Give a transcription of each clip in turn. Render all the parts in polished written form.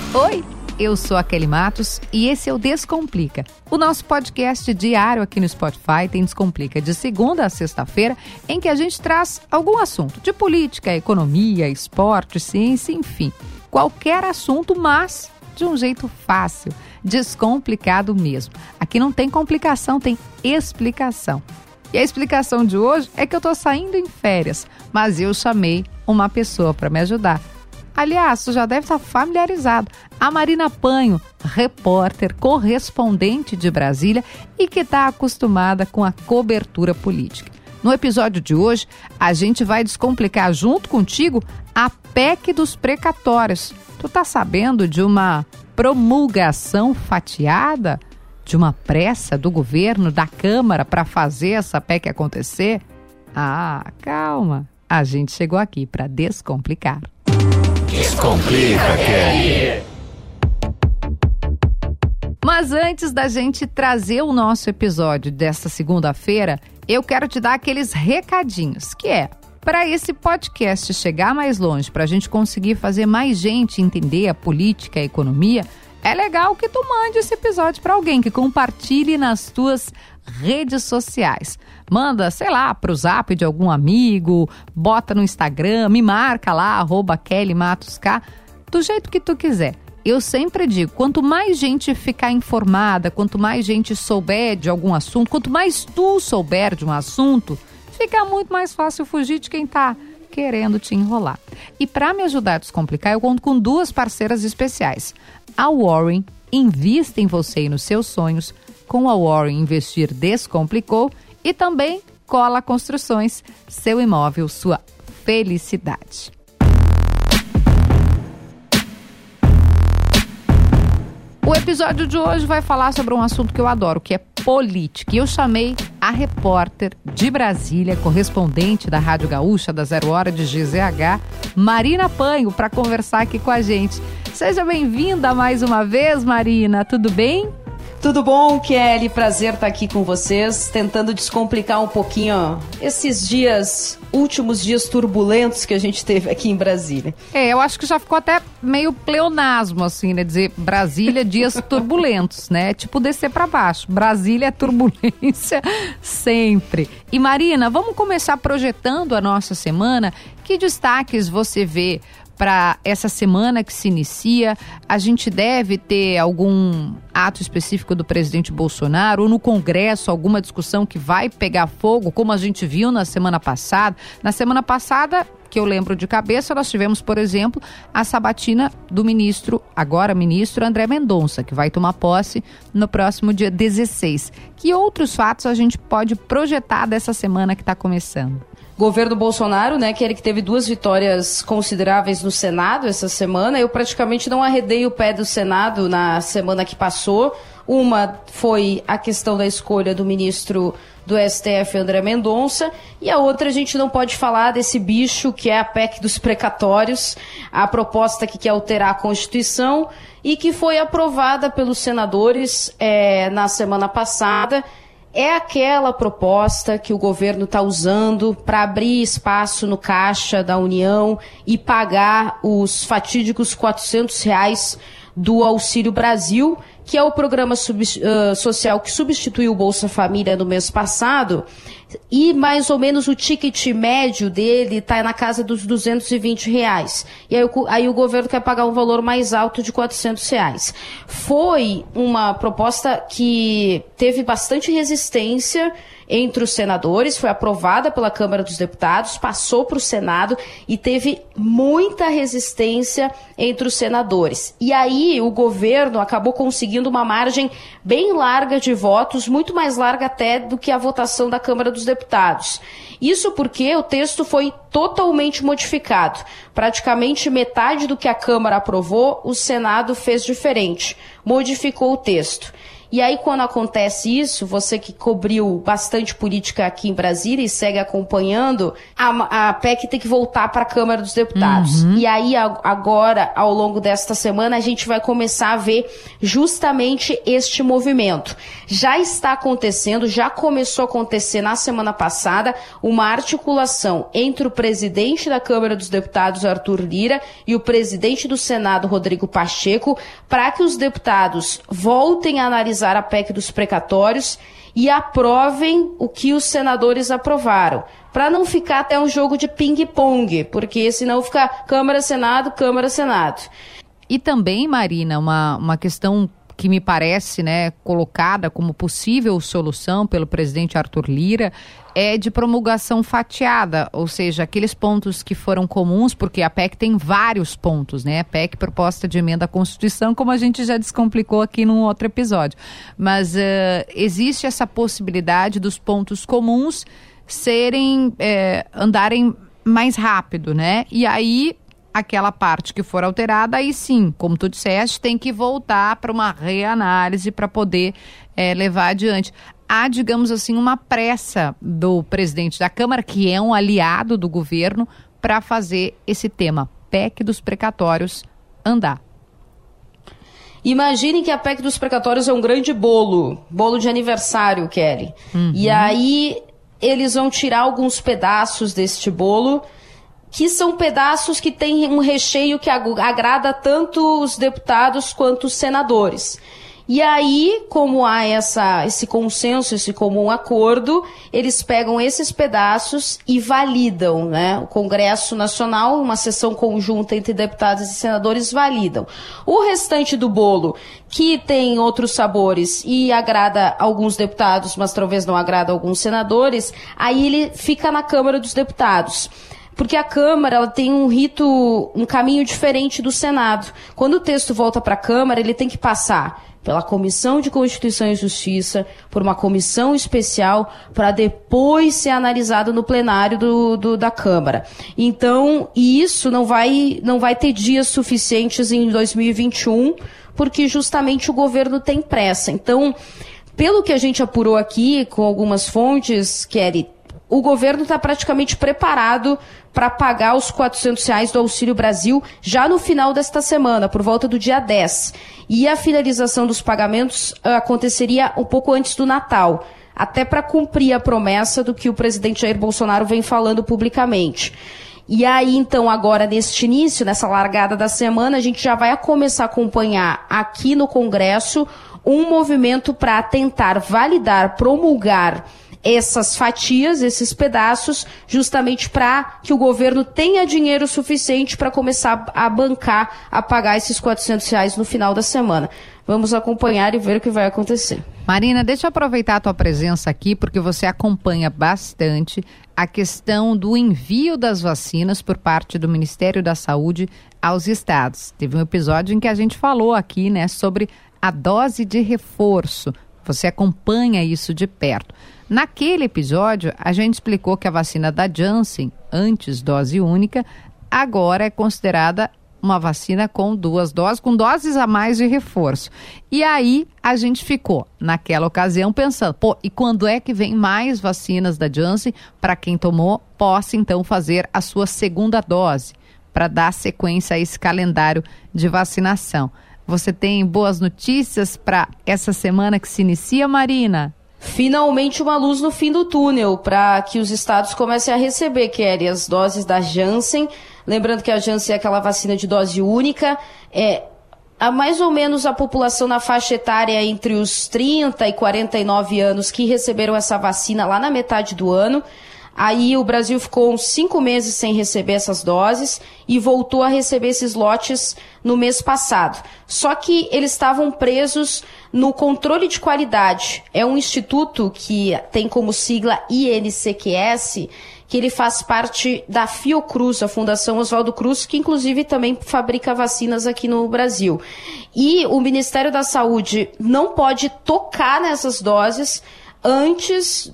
Oi, eu sou a Kelly Matos e esse é o Descomplica. O nosso podcast diário aqui no Spotify tem Descomplica de segunda a sexta-feira, em que a gente traz algum assunto de política, economia, esporte, ciência, enfim. Qualquer assunto, mas de um jeito fácil, descomplicado mesmo. Aqui não tem complicação, tem explicação. E a explicação de hoje é que eu tô saindo em férias, mas eu chamei uma pessoa para me ajudar. Aliás, você já deve estar familiarizado. A Marina Panho, repórter, correspondente de Brasília e que está acostumada com a cobertura política. No episódio de hoje, a gente vai descomplicar junto contigo a PEC dos precatórios. Tu tá sabendo de uma promulgação fatiada? De uma pressa do governo, da Câmara, para fazer essa PEC acontecer? Ah, calma. A gente chegou aqui para descomplicar. Descomplica, Kelly! Mas antes da gente trazer o nosso episódio desta segunda-feira, eu quero te dar aqueles recadinhos, que é, para esse podcast chegar mais longe, para a gente conseguir fazer mais gente entender a política e a economia, é legal que tu mande esse episódio para alguém, que compartilhe nas tuas redes sociais. Manda, sei lá, pro zap de algum amigo, bota no Instagram, me marca lá, @KellyMatosK, do jeito que tu quiser. Eu sempre digo, quanto mais gente ficar informada, quanto mais gente souber de algum assunto, quanto mais tu souber de um assunto, fica muito mais fácil fugir de quem tá querendo te enrolar. E para me ajudar a descomplicar, eu conto com duas parceiras especiais. A Warren invista em você e nos seus sonhos. Com a Warren Investir Descomplicou. E também Cola Construções, seu imóvel, sua felicidade. O episódio de hoje vai falar sobre um assunto que eu adoro, que é política. E eu chamei a repórter de Brasília, correspondente da Rádio Gaúcha, da 0 Hora de GZH, Marina Panho, para conversar aqui com a gente. Seja bem-vinda mais uma vez, Marina. Tudo bem? Tudo bom, Kelly? Prazer estar aqui com vocês, tentando descomplicar um pouquinho esses últimos dias turbulentos que a gente teve aqui em Brasília. Eu acho que já ficou até meio pleonasmo, assim, né? Dizer Brasília, dias turbulentos, né? Tipo descer para baixo. Brasília é turbulência sempre. E Marina, vamos começar projetando a nossa semana. Que destaques você vê para essa semana que se inicia? A gente deve ter algum ato específico do presidente Bolsonaro ou no Congresso, alguma discussão que vai pegar fogo, como a gente viu na semana passada? Na semana passada, que eu lembro de cabeça, nós tivemos, por exemplo, a sabatina do agora ministro André Mendonça, que vai tomar posse no próximo dia 16. Que outros fatos a gente pode projetar dessa semana que está começando? Governo Bolsonaro, né, que teve 2 vitórias consideráveis no Senado essa semana. Eu praticamente não arredei o pé do Senado na semana que passou. Uma foi a questão da escolha do ministro do STF, André Mendonça, e a outra a gente não pode falar desse bicho que é a PEC dos precatórios, a proposta que quer alterar a Constituição e que foi aprovada pelos senadores na semana passada. É aquela proposta que o governo está usando para abrir espaço no caixa da União e pagar os fatídicos R$400 do Auxílio Brasil, que é o programa social que substituiu o Bolsa Família no mês passado, e mais ou menos o ticket médio dele está na casa dos R$220. E aí o governo quer pagar um valor mais alto de R$400. Foi uma proposta que teve bastante resistência entre os senadores, foi aprovada pela Câmara dos Deputados, passou para o Senado e teve muita resistência entre os senadores. E aí o governo acabou conseguindo uma margem bem larga de votos, muito mais larga até do que a votação da Câmara dos Deputados. Isso porque o texto foi totalmente modificado. Praticamente metade do que a Câmara aprovou, o Senado fez diferente, modificou o texto. E aí, quando acontece isso, você que cobriu bastante política aqui em Brasília e segue acompanhando, a PEC tem que voltar para a Câmara dos Deputados. E aí, agora, ao longo desta semana, a gente vai começar a ver justamente este movimento. Já está acontecendo, já começou a acontecer na semana passada, uma articulação entre o presidente da Câmara dos Deputados, Arthur Lira, e o presidente do Senado, Rodrigo Pacheco, para que os deputados voltem a analisar a PEC dos precatórios e aprovem o que os senadores aprovaram, para não ficar até um jogo de ping-pong, porque senão fica Câmara-Senado, Câmara-Senado. E também, Marina, uma questão que me parece, né, colocada como possível solução pelo presidente Arthur Lira é de promulgação fatiada, ou seja, aqueles pontos que foram comuns, porque a PEC tem vários pontos, né? A PEC, proposta de emenda à Constituição, como a gente já descomplicou aqui num outro episódio. Mas existe essa possibilidade dos pontos comuns andarem mais rápido, né? E aí, aquela parte que for alterada, aí sim, como tu disseste, tem que voltar para uma reanálise para poder levar adiante. Há, digamos assim, uma pressa do presidente da Câmara, que é um aliado do governo, para fazer esse tema, PEC dos precatórios, andar. Imagine que a PEC dos precatórios é um grande bolo de aniversário, Kelly. E aí eles vão tirar alguns pedaços deste bolo, que são pedaços que têm um recheio que agrada tanto os deputados quanto os senadores. E aí, como há esse consenso, esse comum acordo, eles pegam esses pedaços e validam, né? O Congresso Nacional, uma sessão conjunta entre deputados e senadores, validam. O restante do bolo, que tem outros sabores e agrada alguns deputados, mas talvez não agrada alguns senadores, aí ele fica na Câmara dos Deputados. Porque a Câmara ela tem um caminho diferente do Senado. Quando o texto volta para a Câmara, ele tem que passar pela Comissão de Constituição e Justiça, por uma comissão especial, para depois ser analisado no plenário da Câmara. Então, isso não vai ter dias suficientes em 2021, porque justamente o governo tem pressa. Então, pelo que a gente apurou aqui, com algumas fontes, Kelly, o governo está praticamente preparado para pagar os R$400 do Auxílio Brasil já no final desta semana, por volta do dia 10. E a finalização dos pagamentos aconteceria um pouco antes do Natal, até para cumprir a promessa do que o presidente Jair Bolsonaro vem falando publicamente. E aí, então, agora, neste início, nessa largada da semana, a gente já vai começar a acompanhar aqui no Congresso um movimento para tentar validar, promulgar essas fatias, esses pedaços, justamente para que o governo tenha dinheiro suficiente para começar a bancar, a pagar esses R$400 no final da semana. Vamos acompanhar e ver o que vai acontecer. Marina, deixa eu aproveitar a tua presença aqui, porque você acompanha bastante a questão do envio das vacinas por parte do Ministério da Saúde aos estados. Teve um episódio em que a gente falou aqui, né, sobre a dose de reforço. Você acompanha isso de perto. Naquele episódio, a gente explicou que a vacina da Janssen, antes dose única, agora é considerada uma vacina com 2 doses, com doses a mais de reforço. E aí, a gente ficou, naquela ocasião, pensando, e quando é que vem mais vacinas da Janssen para quem tomou, possa então fazer a sua segunda dose, para dar sequência a esse calendário de vacinação. Você tem boas notícias para essa semana que se inicia, Marina? Finalmente uma luz no fim do túnel para que os estados comecem a receber, Kelly, as doses da Janssen. Lembrando que a Janssen é aquela vacina de dose única. Há mais ou menos a população na faixa etária entre os 30 e 49 anos que receberam essa vacina lá na metade do ano. Aí o Brasil ficou uns 5 meses sem receber essas doses e voltou a receber esses lotes no mês passado. Só que eles estavam presos no controle de qualidade. É um instituto que tem como sigla INCQS, que ele faz parte da Fiocruz, a Fundação Oswaldo Cruz, que inclusive também fabrica vacinas aqui no Brasil. E o Ministério da Saúde não pode tocar nessas doses antes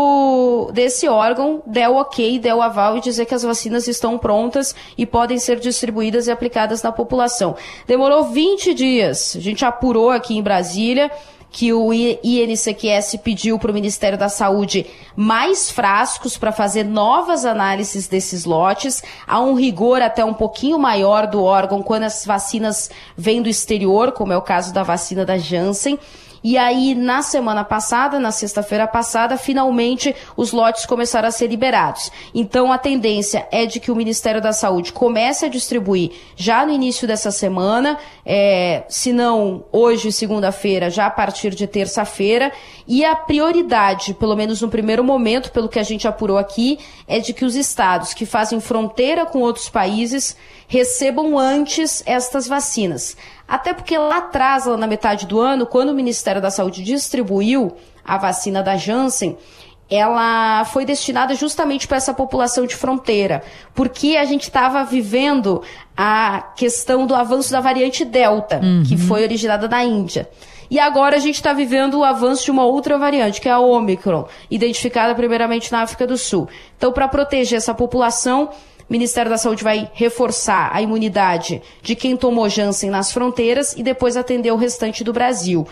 desse órgão der o ok, der o aval e dizer que as vacinas estão prontas e podem ser distribuídas e aplicadas na população. Demorou 20 dias. A gente apurou aqui em Brasília que o INCQS pediu para o Ministério da Saúde mais frascos para fazer novas análises desses lotes. Há um rigor até um pouquinho maior do órgão quando as vacinas vêm do exterior, como é o caso da vacina da Janssen. E aí, na semana passada, na sexta-feira passada, finalmente os lotes começaram a ser liberados. Então, a tendência é de que o Ministério da Saúde comece a distribuir já no início dessa semana, se não hoje, segunda-feira, já a partir de terça-feira. E a prioridade, pelo menos no primeiro momento, pelo que a gente apurou aqui, é de que os estados que fazem fronteira com outros países recebam antes estas vacinas. Até porque lá atrás, lá na metade do ano, quando o Ministério da Saúde distribuiu a vacina da Janssen, ela foi destinada justamente para essa população de fronteira, porque a gente estava vivendo a questão do avanço da variante Delta, que foi originada na Índia. E agora a gente está vivendo o avanço de uma outra variante, que é a Omicron, identificada primeiramente na África do Sul. Então, para proteger essa população, o Ministério da Saúde vai reforçar a imunidade de quem tomou Janssen nas fronteiras e depois atender o restante do Brasil.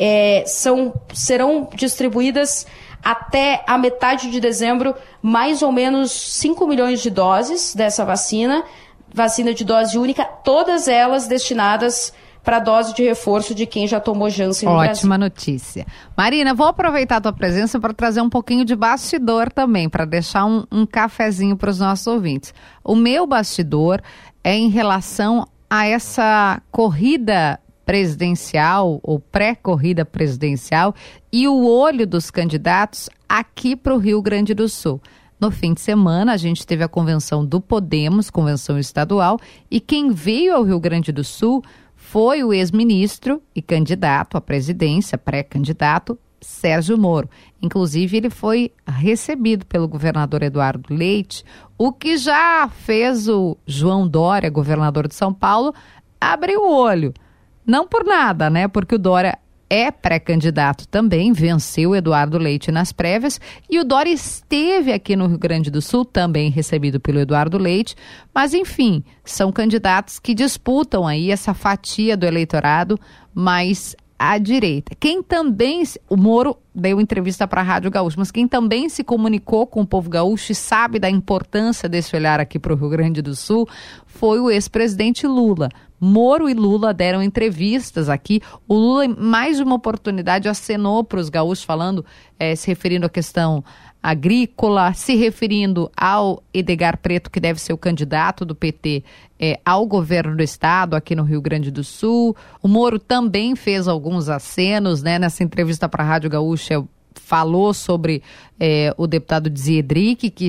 Serão distribuídas até a metade de dezembro mais ou menos 5 milhões de doses dessa vacina de dose única, todas elas destinadas para dose de reforço de quem já tomou Janssen no Brasil. Ótima notícia. Marina, vou aproveitar a tua presença para trazer um pouquinho de bastidor também, para deixar um cafezinho para os nossos ouvintes. O meu bastidor é em relação a essa corrida presidencial ou pré-corrida presidencial e o olho dos candidatos aqui para o Rio Grande do Sul. No fim de semana, a gente teve a convenção do Podemos, convenção estadual, e quem veio ao Rio Grande do Sul foi o ex-ministro e candidato à presidência, pré-candidato, Sérgio Moro. Inclusive, ele foi recebido pelo governador Eduardo Leite, o que já fez o João Dória, governador de São Paulo, abrir o olho. Não por nada, né? Porque o Dória é pré-candidato também, venceu Eduardo Leite nas prévias, e o Dória esteve aqui no Rio Grande do Sul, também recebido pelo Eduardo Leite, mas enfim, são candidatos que disputam aí essa fatia do eleitorado mais à direita. Quem também, o Moro deu entrevista para a Rádio Gaúcho, mas quem também se comunicou com o povo gaúcho e sabe da importância desse olhar aqui para o Rio Grande do Sul, foi o ex-presidente Lula. Moro e Lula deram entrevistas aqui. O Lula, em mais de uma oportunidade, acenou para os gaúchos, falando, se referindo à questão agrícola, se referindo ao Edgar Preto, que deve ser o candidato do PT ao governo do estado, aqui no Rio Grande do Sul. O Moro também fez alguns acenos, né? Nessa entrevista para a Rádio Gaúcha, falou sobre o deputado Ziedrick, que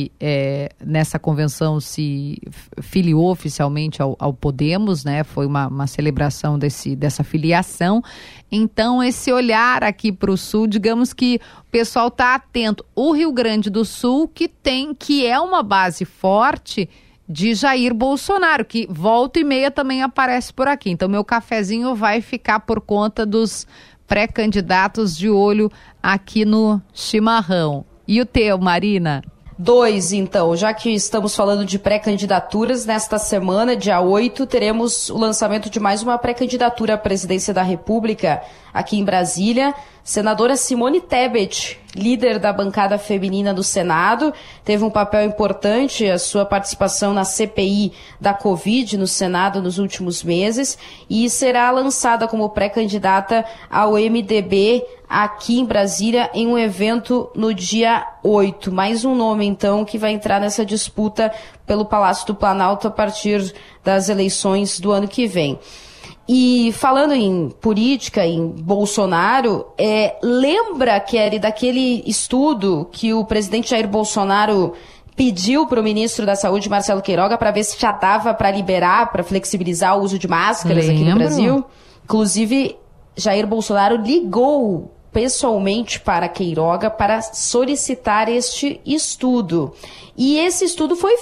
nessa convenção se filiou oficialmente ao Podemos, né? Foi uma celebração dessa filiação. Então, esse olhar aqui para o Sul, digamos que o pessoal está atento. O Rio Grande do Sul, que é uma base forte de Jair Bolsonaro, que volta e meia também aparece por aqui. Então, meu cafezinho vai ficar por conta dos pré-candidatos de olho aqui no chimarrão. E o teu, Marina? 2, então, já que estamos falando de pré-candidaturas, nesta semana, dia 8, teremos o lançamento de mais uma pré-candidatura à presidência da República aqui em Brasília. Senadora Simone Tebet, líder da bancada feminina do Senado, teve um papel importante, a sua participação na CPI da Covid no Senado nos últimos meses, e será lançada como pré-candidata ao MDB aqui em Brasília em um evento no dia 8. Mais um nome, então, que vai entrar nessa disputa pelo Palácio do Planalto a partir das eleições do ano que vem. E falando em política, em Bolsonaro, lembra, Kelly, daquele estudo que o presidente Jair Bolsonaro pediu para o ministro da Saúde, Marcelo Queiroga, para ver se já dava para liberar, para flexibilizar o uso de máscaras aqui no Brasil? Inclusive, Jair Bolsonaro ligou pessoalmente para Queiroga para solicitar este estudo. E esse estudo foi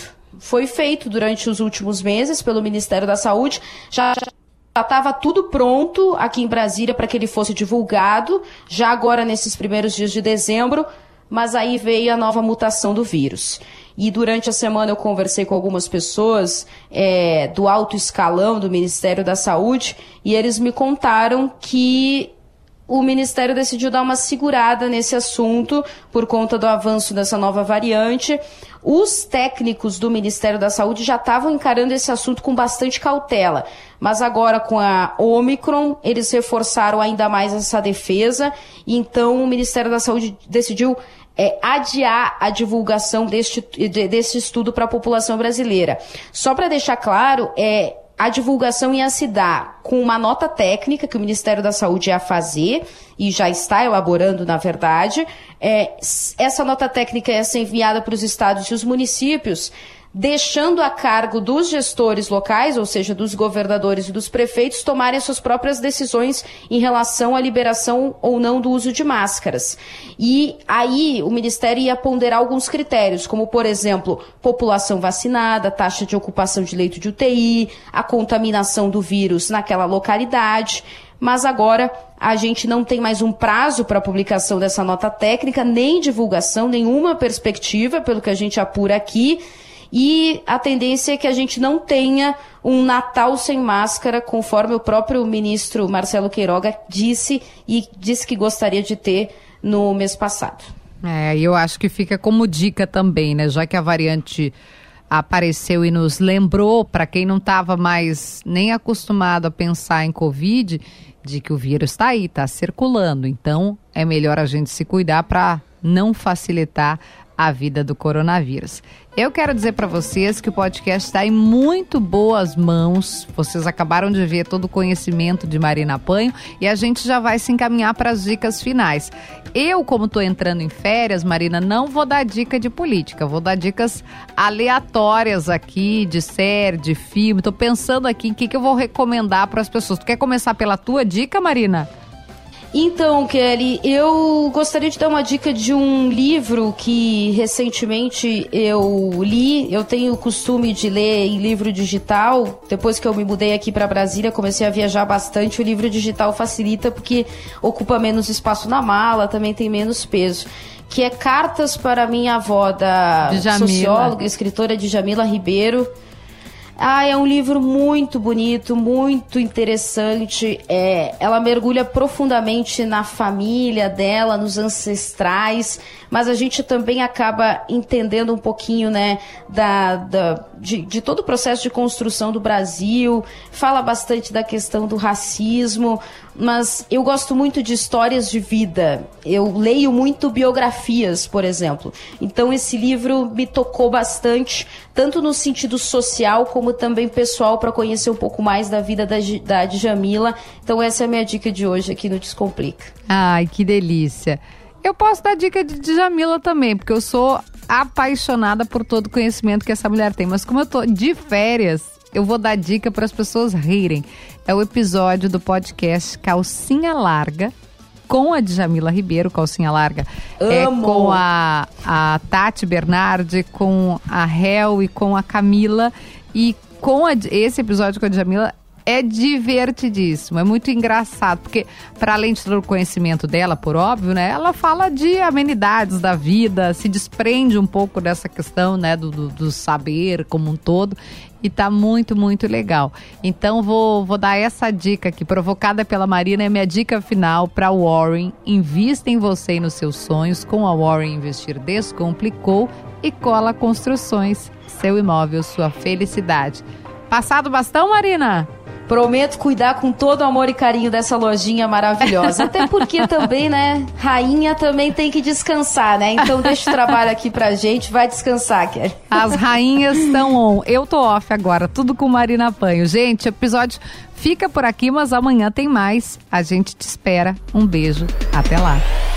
feito durante os últimos meses pelo Ministério da Saúde. Já estava tudo pronto aqui em Brasília para que ele fosse divulgado, já agora nesses primeiros dias de dezembro, mas aí veio a nova mutação do vírus. E durante a semana eu conversei com algumas pessoas do alto escalão do Ministério da Saúde e eles me contaram que o Ministério decidiu dar uma segurada nesse assunto por conta do avanço dessa nova variante. Os técnicos do Ministério da Saúde já estavam encarando esse assunto com bastante cautela, mas agora com a Omicron eles reforçaram ainda mais essa defesa, e então o Ministério da Saúde decidiu adiar a divulgação desse estudo para a população brasileira. Só para deixar claro, a divulgação ia se dar com uma nota técnica que o Ministério da Saúde ia fazer, e já está elaborando, na verdade. Essa nota técnica ia ser enviada para os estados e os municípios, deixando a cargo dos gestores locais, ou seja, dos governadores e dos prefeitos, tomarem suas próprias decisões em relação à liberação ou não do uso de máscaras. E aí o Ministério ia ponderar alguns critérios, como, por exemplo, população vacinada, taxa de ocupação de leito de UTI, a contaminação do vírus naquela localidade. Mas agora a gente não tem mais um prazo para a publicação dessa nota técnica, nem divulgação, nenhuma perspectiva, pelo que a gente apura aqui. E a tendência é que a gente não tenha um Natal sem máscara, conforme o próprio ministro Marcelo Queiroga disse que gostaria de ter no mês passado. Eu acho que fica como dica também, né? Já que a variante apareceu e nos lembrou, para quem não estava mais nem acostumado a pensar em Covid, de que o vírus está aí, está circulando. Então, é melhor a gente se cuidar para não facilitar a vida do coronavírus. Eu quero dizer para vocês que o podcast está em muito boas mãos. Vocês acabaram de ver todo o conhecimento de Marina Panho e a gente já vai se encaminhar para as dicas finais. Eu, como estou entrando em férias, Marina, não vou dar dica de política, vou dar dicas aleatórias aqui, de série, de filme. Estou pensando aqui em que eu vou recomendar para as pessoas. Tu quer começar pela tua dica, Marina? Então, Kelly, eu gostaria de dar uma dica de um livro que recentemente eu li. Eu tenho o costume de ler em livro digital. Depois que eu me mudei aqui para Brasília, comecei a viajar bastante. O livro digital facilita porque ocupa menos espaço na mala, também tem menos peso. Que é Cartas para Minha Avó, da socióloga e escritora Djamila Ribeiro. É um livro muito bonito, muito interessante. Ela mergulha profundamente na família dela, nos ancestrais, mas a gente também acaba entendendo um pouquinho, né, de todo o processo de construção do Brasil. Fala bastante da questão do racismo, mas eu gosto muito de histórias de vida. Eu leio muito biografias, por exemplo. Então esse livro me tocou bastante, tanto no sentido social como também pessoal, para conhecer um pouco mais da vida da Djamila. Então essa é a minha dica de hoje aqui no Descomplica. Ai, que delícia. Eu posso dar dica de Djamila também, porque eu sou apaixonada por todo o conhecimento que essa mulher tem. Mas como eu tô de férias, eu vou dar dica para as pessoas rirem. É o episódio do podcast Calcinha Larga, com a Djamila Ribeiro. Calcinha Larga com a Tati Bernardi, com a Hel e com a Camila. E com esse episódio com a Djamila é divertidíssimo, é muito engraçado, porque para além de todo o conhecimento dela, por óbvio, né, ela fala de amenidades da vida, se desprende um pouco dessa questão, né, do saber como um todo, e tá muito, muito legal. Então vou dar essa dica aqui, provocada pela Marina, é minha dica final para a Warren. Invista em você e nos seus sonhos. Com a Warren Investir Descomplicou e Cola Construções, seu imóvel, sua felicidade. Passado o bastão, Marina? Prometo cuidar com todo o amor e carinho dessa lojinha maravilhosa. Até porque também, né, rainha também tem que descansar, né? Então deixa o trabalho aqui pra gente, vai descansar, Kelly. As rainhas estão on. Eu tô off agora, tudo com Marina Panho. Gente, o episódio fica por aqui, mas amanhã tem mais. A gente te espera. Um beijo, até lá.